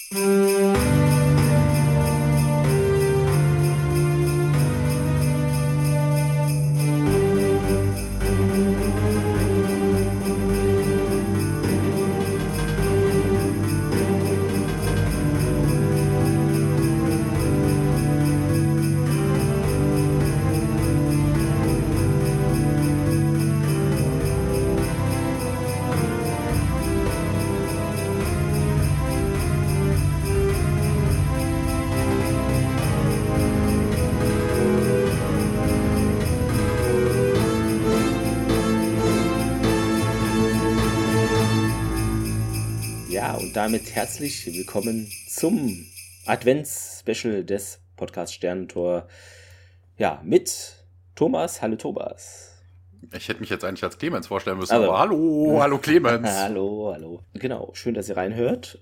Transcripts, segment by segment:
Und damit herzlich willkommen zum Advents-Special des Podcast Sternentor. Ja, mit Thomas. Hallo Thomas. Ich hätte mich jetzt eigentlich als Clemens vorstellen müssen, aber hallo Clemens. Hallo. Genau, schön, dass ihr reinhört.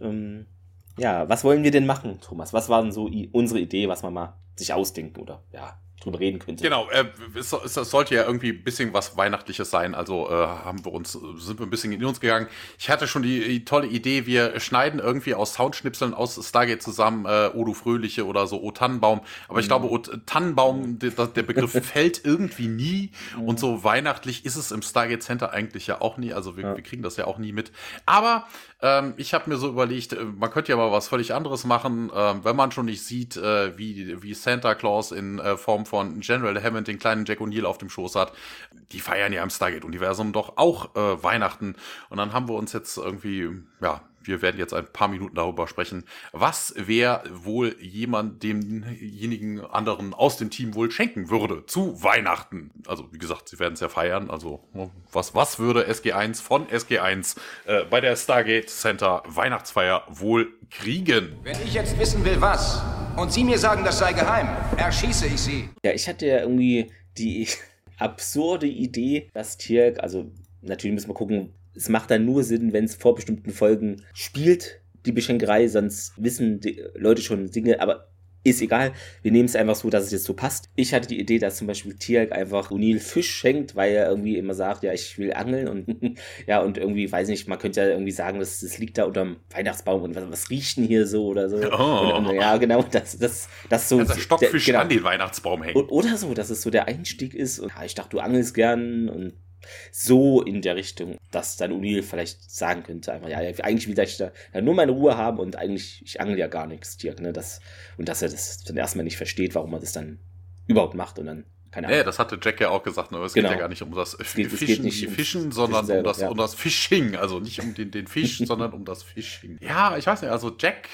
Ja, was wollen wir denn machen, Thomas? Was war denn so unsere Idee, was man mal sich ausdenken oder drüber reden könnte? Genau, es sollte ja irgendwie ein bisschen was Weihnachtliches sein, also sind wir ein bisschen in uns gegangen. Ich hatte schon die tolle Idee, wir schneiden irgendwie aus Soundschnipseln aus Stargate zusammen, O du Fröhliche oder so, O Tannenbaum, aber ich glaube, O Tannenbaum, der Begriff fällt irgendwie nie und so weihnachtlich ist es im Stargate Center eigentlich ja auch nie, also wir kriegen das ja auch nie mit, aber ich habe mir so überlegt, man könnte ja mal was völlig anderes machen, wenn man schon nicht sieht, wie Santa Claus in Form von General Hammond den kleinen Jack O'Neill auf dem Schoß hat. Die feiern ja im Stargate-Universum doch auch Weihnachten. Und dann haben wir uns jetzt irgendwie, wir werden jetzt ein paar Minuten darüber sprechen, was wer wohl jemand demjenigen anderen aus dem Team wohl schenken würde zu Weihnachten. Also wie gesagt, sie werden es ja feiern. Also was würde SG1 von SG1 bei der Stargate Center Weihnachtsfeier wohl kriegen? Wenn ich jetzt wissen will, was, und Sie mir sagen, das sei geheim, erschieße ich Sie. Ja, ich hatte ja irgendwie die absurde Idee, dass Tirk, also natürlich müssen wir gucken, es macht dann nur Sinn, wenn es vor bestimmten Folgen spielt, die Beschenkerei, sonst wissen die Leute schon Dinge, aber ist egal. Wir nehmen es einfach so, dass es jetzt so passt. Ich hatte die Idee, dass zum Beispiel Tirk einfach O'Neill Fisch schenkt, weil er irgendwie immer sagt, ja, ich will angeln und und irgendwie, weiß nicht, man könnte ja irgendwie sagen, das liegt da unterm Weihnachtsbaum und was riecht denn hier so oder so. Oh. Und ja, genau, das so. Also Stockfisch an den Weihnachtsbaum hängen. Oder so, dass es so der Einstieg ist und ich dachte, du angelst gern und so in der Richtung, dass dann O'Neill vielleicht sagen könnte, einfach, eigentlich will ich da nur meine Ruhe haben und eigentlich, ich angel ja gar nichts, Tirk, ne, und dass er das dann erstmal nicht versteht, warum er das dann überhaupt macht und dann, keine Ahnung. Ja, das hatte Jack ja auch gesagt, ne? Es geht ja gar nicht um das Fischen, sondern um das Fishing, also nicht um den Fisch, sondern um das Fishing. Ja, ich weiß nicht, also Jack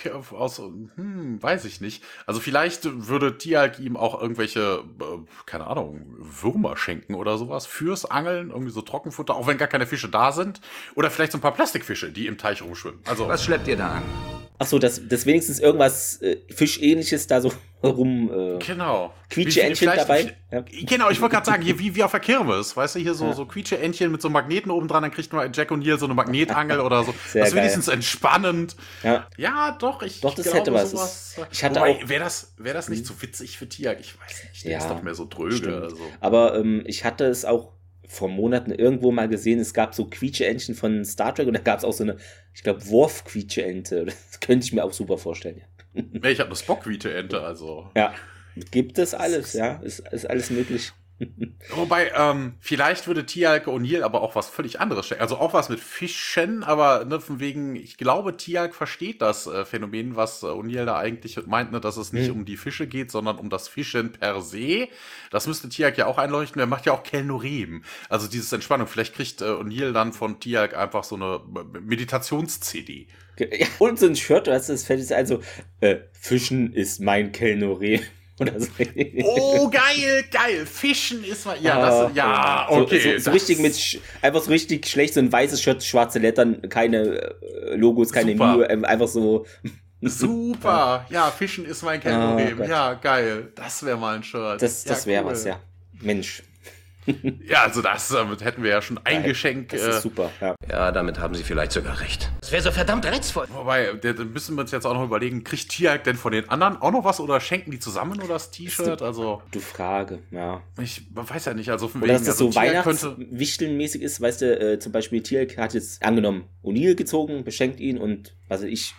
weiß ich nicht. Also vielleicht würde Tirk ihm auch irgendwelche, keine Ahnung, Würmer schenken oder sowas fürs Angeln, irgendwie so Trockenfutter, auch wenn gar keine Fische da sind. Oder vielleicht so ein paar Plastikfische, die im Teich rumschwimmen. Also, was schleppt ihr da an? Ach so, dass wenigstens irgendwas Fischähnliches da so rum genau. Quietsche-Entchen dabei. Genau, ich wollte gerade sagen, hier wie auf der Kirmes, weißt du, hier so Quietsche-Entchen mit so Magneten oben dran, dann kriegt man Jack O'Neill so eine Magnetangel oder so. Das ist wenigstens entspannend. Ja, doch, das glaube, hätte was. Sowas, ich hatte auch. Wäre das nicht so witzig für Tirk? Ich weiß nicht, der ist doch mehr so dröge. Also. Aber ich hatte es auch vor Monaten irgendwo mal gesehen, es gab so Quietsche-Entchen von Star Trek und da gab es auch so eine, ich glaube, Worf-Quietsche-Ente. Das könnte ich mir auch super vorstellen. Ja. Ich habe eine Spock-Quietsche-Ente, also. Ja, gibt es alles, ist alles möglich. Wobei, vielleicht würde Tirk O'Neill aber auch was völlig anderes schenken. Also auch was mit Fischen, aber von wegen, ich glaube, Tirk versteht das Phänomen, was O'Neill da eigentlich meint, ne, dass es nicht um die Fische geht, sondern um das Fischen per se. Das müsste Tirk ja auch einleuchten. Er macht ja auch Kelnorem. Also dieses Entspannung. Vielleicht kriegt O'Neill dann von Tirk einfach so eine Meditations-CD. Ja, und so ein Shirt, weißt du, das fällt jetzt also, Fischen ist mein Kelnorem. Oder so. Oh, geil. Fischen ist mal. Ja, okay. So richtig einfach so richtig schlecht, so ein weißes Shirt, schwarze Lettern, keine Logos, keine Mühe, einfach so. Super. Ja, Fischen ist mein Kelnorem. Ja, geil. Das wäre mal ein Shirt. Das wäre was, ja. Mensch. Ja, also damit hätten wir ja schon ein Geschenk. Das ist super, Ja, damit haben Sie vielleicht sogar recht. Das wäre so verdammt reizvoll. Wobei, da müssen wir uns jetzt auch noch überlegen, kriegt Tirk denn von den anderen auch noch was oder schenken die zusammen oder das T-Shirt? Also du Frage, ja. Ich weiß ja nicht, also von wegen, dass das so Weihnachtswichtelmäßig ist, weißt du, zum Beispiel Tirk hat jetzt angenommen O'Neill gezogen, beschenkt ihn und was weiß ich.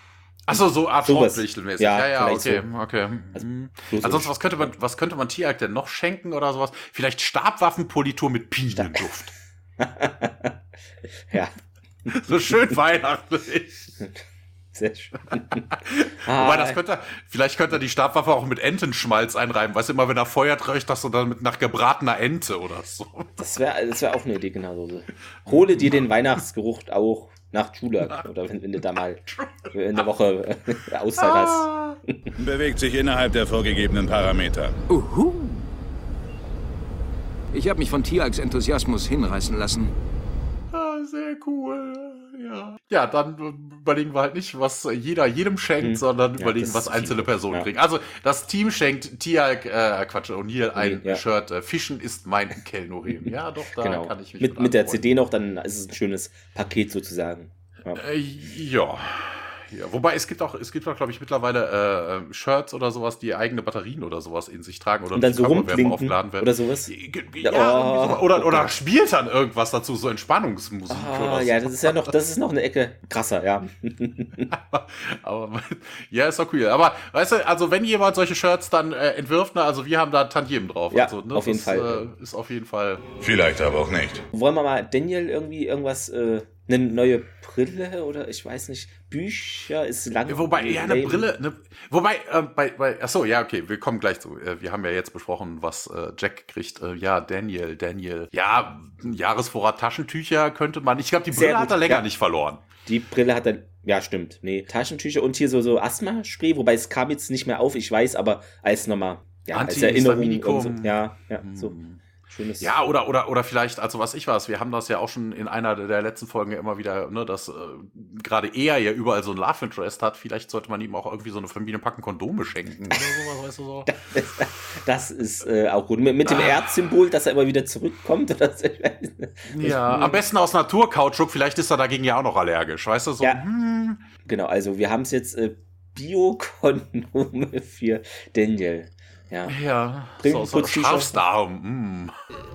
Achso, so Art sowas. Schrottwichtelmäßig. Ja, okay. so. Okay. Also, Ansonsten, was könnte man Tierjagd denn noch schenken oder sowas? Vielleicht Stabwaffenpolitur mit Pinienduft. Ja. So schön weihnachtlich. Sehr schön. Wobei, vielleicht könnte er die Stabwaffe auch mit Entenschmalz einreiben. Weißt du, immer wenn er feuert, riecht das so dann mit nach gebratener Ente oder so. Das wär auch eine Idee, genau so. Hole dir den Weihnachtsgeruch auch nach Chulak. Oder wenn du da mal eine Woche Auszeit hast. Bewegt sich innerhalb der vorgegebenen Parameter. Ich habe mich von Tialks Enthusiasmus hinreißen lassen. Sehr cool. Ja, dann überlegen wir halt nicht, was jeder jedem schenkt, sondern überlegen, was einzelne Personen kriegen. Also das Team schenkt Tialk, O'Neill ein Shirt. Fischen ist mein Kellnorem. Ja, doch, da kann ich mich mit der CD noch, dann ist es ein schönes Paket sozusagen. Ja. Wobei es gibt auch, glaube ich, mittlerweile Shirts oder sowas, die eigene Batterien oder sowas in sich tragen oder und dann so rumklinken aufgeladen werden. oder sowas. Ja, oder spielt dann irgendwas dazu, so Entspannungsmusik oder so. Ja, das ist noch eine Ecke krasser, ja. aber ja, ist doch cool. Aber weißt du, also wenn jemand solche Shirts dann entwirft, also wir haben da Tantiemen drauf. Ja, also, auf jeden Fall. Ist auf jeden Fall. Vielleicht aber auch nicht. Wollen wir mal Daniel irgendwie irgendwas, eine neue Brille oder ich weiß nicht, Bücher ist lang. Wobei, eine Brille, achso, ja, okay, wir kommen gleich zu. Wir haben ja jetzt besprochen, was Jack kriegt. Daniel. Ja, Jahresvorrat Taschentücher könnte man, ich glaube, die Brille hat er länger nicht verloren. Die Brille hat er, ja, stimmt. Nee, Taschentücher und hier so Asthma-Spray, wobei es kam jetzt nicht mehr auf, ich weiß, aber als nochmal, als Erinnerung. So. Ja, so. Schönes. Ja, oder vielleicht, also was ich weiß, wir haben das ja auch schon in einer der letzten Folgen ja immer wieder, ne, dass gerade er ja überall so ein Love Interest hat, vielleicht sollte man ihm auch irgendwie so eine Familienpacken Kondome schenken oder sowas, weißt du so. Das ist auch gut. Mit dem Erzsymbol, dass er immer wieder zurückkommt. Oder so. Ja, am besten aus Naturkautschuk, vielleicht ist er dagegen ja auch noch allergisch, weißt du so. Ja. Genau, also wir haben es jetzt Bio-Kondome für Daniel. Ja, so Schafsdarm.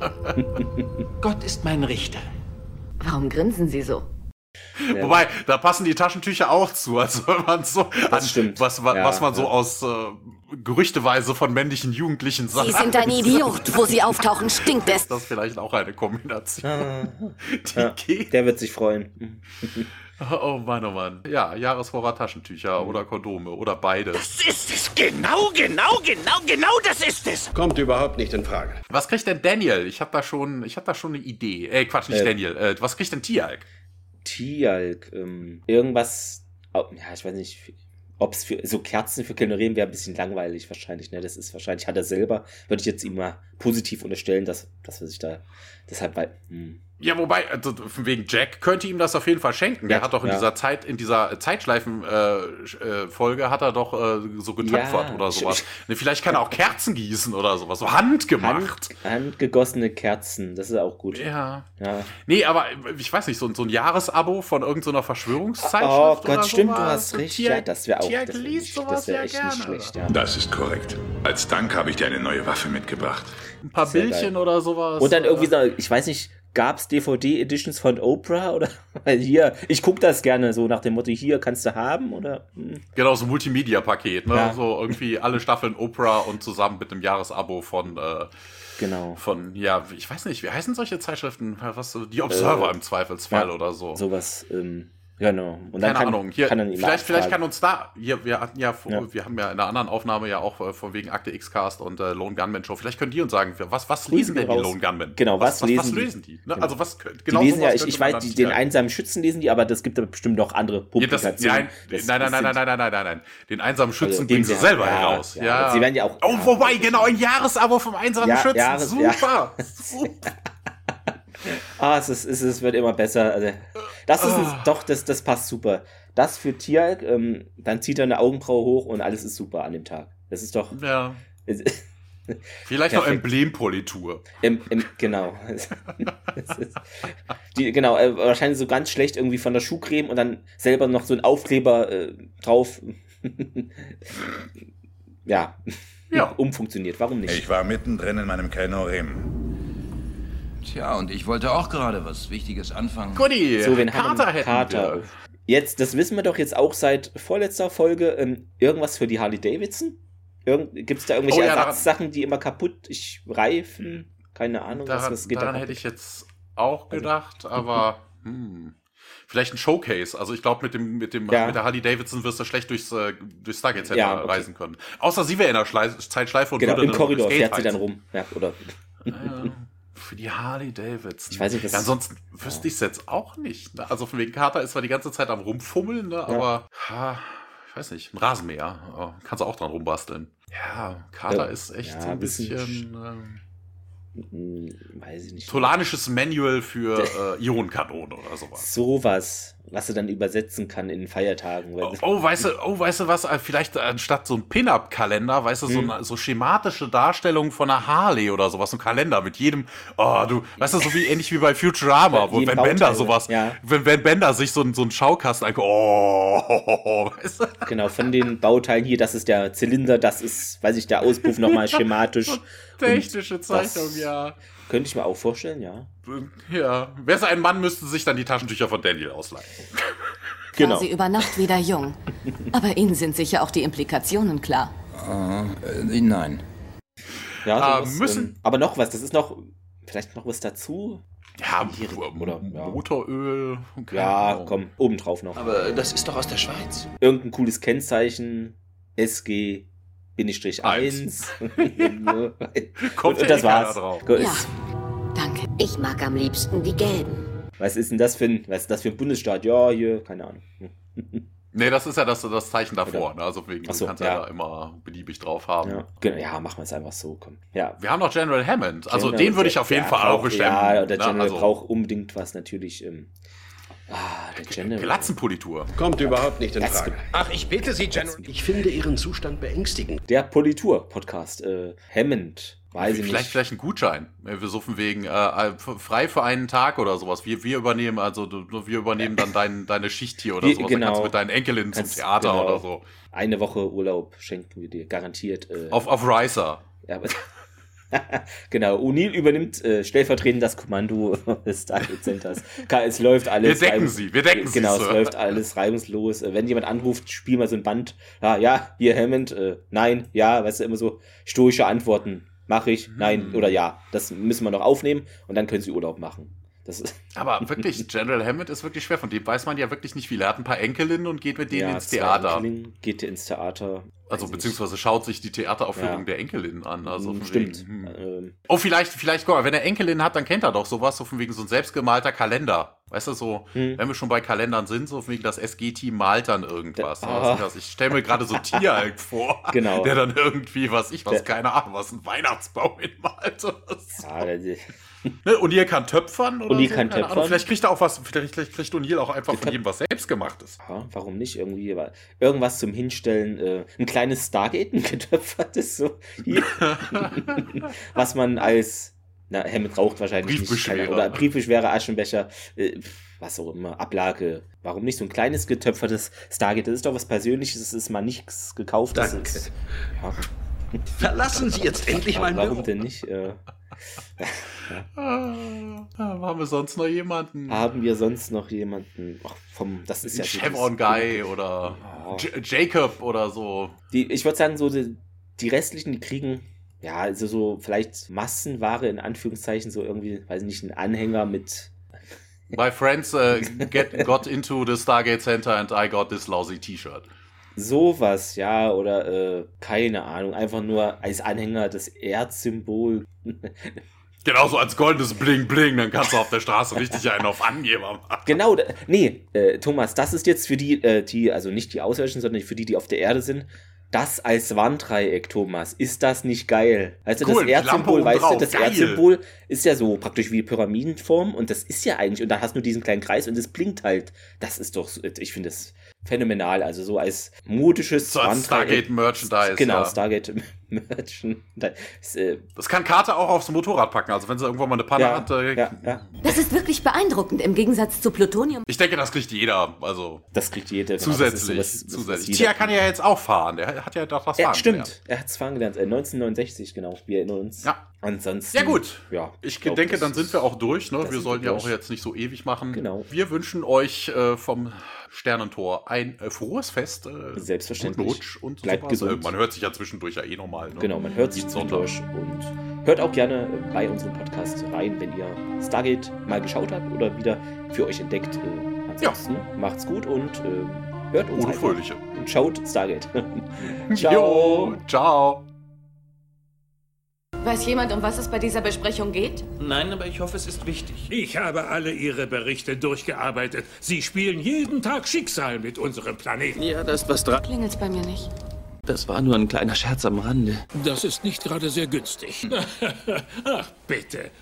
Gott ist mein Richter. Warum grinsen Sie so? Ja. Wobei, da passen die Taschentücher auch zu. Also wenn man so, was man so aus gerüchteweise von männlichen Jugendlichen sagt. Sie sind ein Idiot. Wo Sie auftauchen, stinkt es. Das ist vielleicht auch eine Kombination. Der wird sich freuen. Oh Mann. Ja, Jahresvorrat Taschentücher oder Kondome oder beides. Das ist es. Genau das ist es. Kommt überhaupt nicht in Frage. Was kriegt denn Daniel? Ich hab da schon eine Idee. Quatsch, nicht Daniel. Was kriegt denn Tialk? Tialk, irgendwas, ja, ich weiß nicht, ob es für so Kerzen für Kellnorem wäre ein bisschen langweilig wahrscheinlich, ne? Das ist wahrscheinlich, hat er selber, würde ich jetzt ihm mal positiv unterstellen, dass er sich da deshalb Ja, wobei, also wegen Jack könnte ihm das auf jeden Fall schenken. Der hat doch in dieser Zeitschleifen-Folge hat er doch so getöpfert oder sowas. Vielleicht kann er auch Kerzen gießen oder sowas, so handgemacht. Handgegossene Kerzen, das ist auch gut. Ja. Nee, aber ich weiß nicht, so ein Jahresabo von irgendeiner Verschwörungszeitschrift Oh Gott, oder stimmt, sowas. du hast recht. Ja, das wäre auch, das wäre echt nicht schlecht. Ja. Das ist korrekt. Als Dank habe ich dir eine neue Waffe mitgebracht. Ein paar Bildchen oder sowas. Und dann irgendwie so, ich weiß nicht, gab es DVD-Editions von Oprah oder? Weil hier, ich gucke das gerne so nach dem Motto, hier kannst du haben oder? Genau, so ein Multimedia-Paket, ne? Ja. So irgendwie alle Staffeln Oprah und zusammen mit einem Jahresabo von, ja, ich weiß nicht, wie heißen solche Zeitschriften? Die Observer im Zweifelsfall oder so. Sowas, genau. Und dann keine Ahnung. Hier, kann dann vielleicht kann uns da, wir haben ja in einer anderen Aufnahme ja auch von wegen Akte X-Cast und Lone Gunman Show. Vielleicht können die uns sagen, was lesen denn die Lone Gunmen? Genau, was lesen die? Ne? Genau. Also was genau, die lesen ja, ich weiß, den einsamen Schützen lesen die, aber das gibt da bestimmt noch andere Publikationen. Nein. Den einsamen Schützen bringen sie selber heraus. Ja. Sie werden ja auch. Oh, wobei, genau, ein Jahresabo vom einsamen Schützen. Super. Es wird immer besser. Also, das passt super. Das für Tialk, dann zieht er eine Augenbraue hoch und alles ist super an dem Tag. Das ist doch. Ja. Vielleicht noch Emblempolitur. Genau. Wahrscheinlich so ganz schlecht irgendwie von der Schuhcreme und dann selber noch so ein Aufkleber drauf. Ja. Umfunktioniert. Warum nicht? Ich war mittendrin in meinem Kellnorem. Tja, und ich wollte auch gerade was Wichtiges anfangen. Goodie, so, wen Carter haben wir? Carter. Jetzt, das wissen wir doch jetzt auch seit vorletzter Folge, irgendwas für die Harley-Davidson? Gibt es da irgendwelche Ersatzsachen, die immer kaputt reifen? Keine Ahnung, was geht daran hätte ich jetzt auch gedacht, aber vielleicht ein Showcase. Also ich glaube, mit der Harley-Davidson wirst du schlecht durch Stargate Center reisen können. Außer sie wäre in der Zeitschleife und würde im Korridor fährt sie dann rum. Ja, oder... Für die Harley-Davidson. Ich weiß nicht, ansonsten wüsste ich es jetzt auch nicht. Ne? Also von wegen Carter ist zwar die ganze Zeit am Rumfummeln, ne? Aber ich weiß nicht, ein Rasenmäher. Kannst du auch dran rumbasteln. Ja, Carter ist echt so ein bisschen... weiß ich nicht. Tolanisches Manual für Ionenkanonen oder sowas. Sowas, was du dann übersetzen kann in Feiertagen. Weißt du was? Vielleicht anstatt so ein Pin-Up-Kalender, weißt du, so schematische Darstellung von einer Harley oder sowas, ein Kalender mit jedem, weißt du, so ähnlich wie bei Futurama, wo wenn Bender sowas, wenn Bender sich so einen Schaukasten anguckt, weißt du? Genau, von den Bauteilen hier, das ist der Zylinder, das ist, weiß ich, der Auspuff nochmal schematisch. Technische Zeichnung, ja. Könnte ich mir auch vorstellen, ja. Ja. Wäre es ein Mann, müsste sich dann die Taschentücher von Daniel ausleihen. Genau. Quasi über Nacht wieder jung. Aber Ihnen sind sicher auch die Implikationen klar. Nein. Ja, aber noch was, das ist vielleicht noch was dazu? Ja, Motoröl. Ja, komm, obendrauf noch. Aber das ist doch aus der Schweiz. Irgendein cooles Kennzeichen, SG-1. Kommt und das war's. Drauf. Ja, danke. Ich mag am liebsten die gelben. Was ist denn das für ein Bundesstaat? Ja, hier, keine Ahnung. Nee, das ist ja das Zeichen davor. Ne? Also wegen, du kannst ja da immer beliebig drauf haben. Ja, machen wir es einfach so. Komm. Ja. Wir haben noch General Hammond. Also den würde ich auf jeden Fall auch bestimmen. Ja, der General braucht unbedingt was natürlich. Der General. Glatzenpolitur. Kommt überhaupt nicht in Frage. Ach, ich bitte Sie, General. Ich finde Ihren Zustand beängstigend. Der Politur-Podcast. Hammond. Weiß ich nicht. Vielleicht ein Gutschein. Wir suchen wegen frei für einen Tag oder sowas. Wir übernehmen dann deine Schicht hier oder sowas. Genau. Dann kannst du mit deinen Enkelinnen zum Theater oder so. Eine Woche Urlaub schenken wir dir, garantiert. Auf Ricer. Ja, aber genau, O'Neill übernimmt stellvertretend das Kommando des Stargate Centers. Es läuft alles. Wir decken sie. Genau, es läuft alles reibungslos. Wenn jemand anruft, spiel mal so ein Band. Ja, hier Hammond, nein, ja, weißt du, immer so stoische Antworten. Mache ich, nein oder ja. Das müssen wir noch aufnehmen und dann können sie Urlaub machen. Das ist aber wirklich, General Hammond ist wirklich schwer. Von dem weiß man ja wirklich nicht viel. Er hat ein paar Enkelinnen und geht mit denen ins Theater. Geht ins Theater. Also beziehungsweise schaut sich die Theateraufführung der Enkelinnen an. Also stimmt. Vielleicht, guck mal, wenn er Enkelinnen hat, dann kennt er doch sowas, so von wegen so ein selbstgemalter Kalender. Weißt du, so, wenn wir schon bei Kalendern sind, so von wegen das SG-Team malt dann irgendwas. Also ich stelle mir gerade so Tieralk vor, genau. Der dann irgendwie, keine Ahnung, was ein Weihnachtsbaum hinmalt oder so. Und ihr kann töpfern oder töpfern. Vielleicht kriegt er auch was, vielleicht kriegt O'Neill auch einfach von jedem was selbstgemachtes. Ja, warum nicht? Irgendwie irgendwas zum Hinstellen, ein kleines Stargate, ein getöpfertes, so hier. Was man als, Hammond raucht wahrscheinlich nicht. Oder Briefbeschwerer, Aschenbecher, was auch immer, Ablage. Warum nicht so ein kleines getöpfertes Stargate? Das ist doch was Persönliches, es ist mal nichts Gekauftes. Danke. Verlassen Sie jetzt endlich mal Warum denn nicht? Haben wir sonst noch jemanden? Das ist ja Chevron Guy oder Jacob oder so. Ich würde sagen, so die restlichen, die kriegen, also so vielleicht Massenware in Anführungszeichen, so irgendwie, weiß ich nicht, ein Anhänger mit. My friends got into the Stargate Center and I got this lousy T-Shirt. Sowas, ja, oder keine Ahnung, einfach nur als Anhänger das Erdsymbol. Genau, so als goldenes Bling Bling, dann kannst du auf der Straße richtig einen auf Angeber machen. Genau, Thomas, das ist jetzt für die, also nicht die Außerirdischen, sondern für die auf der Erde sind, das als Warndreieck, Thomas, ist das nicht geil? Also cool, das Erdsymbol, Erdsymbol ist ja so praktisch wie Pyramidenform und das ist ja eigentlich, und da hast du diesen kleinen Kreis und es blinkt halt. Das ist doch, ich finde das phänomenal, also so als modisches so als Stargate-Merchandise. Genau, ja. Stargate Das kann Carter auch aufs Motorrad packen, also wenn sie irgendwann mal eine Panne hat. Das ist wirklich beeindruckend im Gegensatz zu Plutonium. Ich denke, das kriegt jeder. Also das kriegt jeder. Zusätzlich. Zusätzlich. Tia kann ja jetzt auch fahren. Der hat ja doch das Fahren gelernt. Stimmt, er hat es fahren gelernt. 1969, genau. Wir erinnern uns. Ja. Ansonsten. Ja, gut. Ja, ich denke, dann sind wir auch durch. Ne? Wir sollten ja auch jetzt nicht so ewig machen. Genau. Wir wünschen euch vom Sternentor ein frohes Fest. Selbstverständlich. Guten Rutsch und bleibt gesund. Also, man hört sich ja zwischendurch ja eh nochmal. Ne? Genau, man hört sich zwischendurch und hört auch gerne bei unserem Podcast rein, wenn ihr Stargate mal geschaut habt oder wieder für euch entdeckt. Ansonsten macht's gut und hört uns Ohne Fröhliche. Und schaut Stargate. Ciao. Jo, ciao. Weiß jemand, um was es bei dieser Besprechung geht? Nein, aber ich hoffe, es ist wichtig. Ich habe alle Ihre Berichte durchgearbeitet. Sie spielen jeden Tag Schicksal mit unserem Planeten. Ja, da ist was dran. Klingelt's bei mir nicht. Das war nur ein kleiner Scherz am Rande. Das ist nicht gerade sehr günstig. Ach, bitte.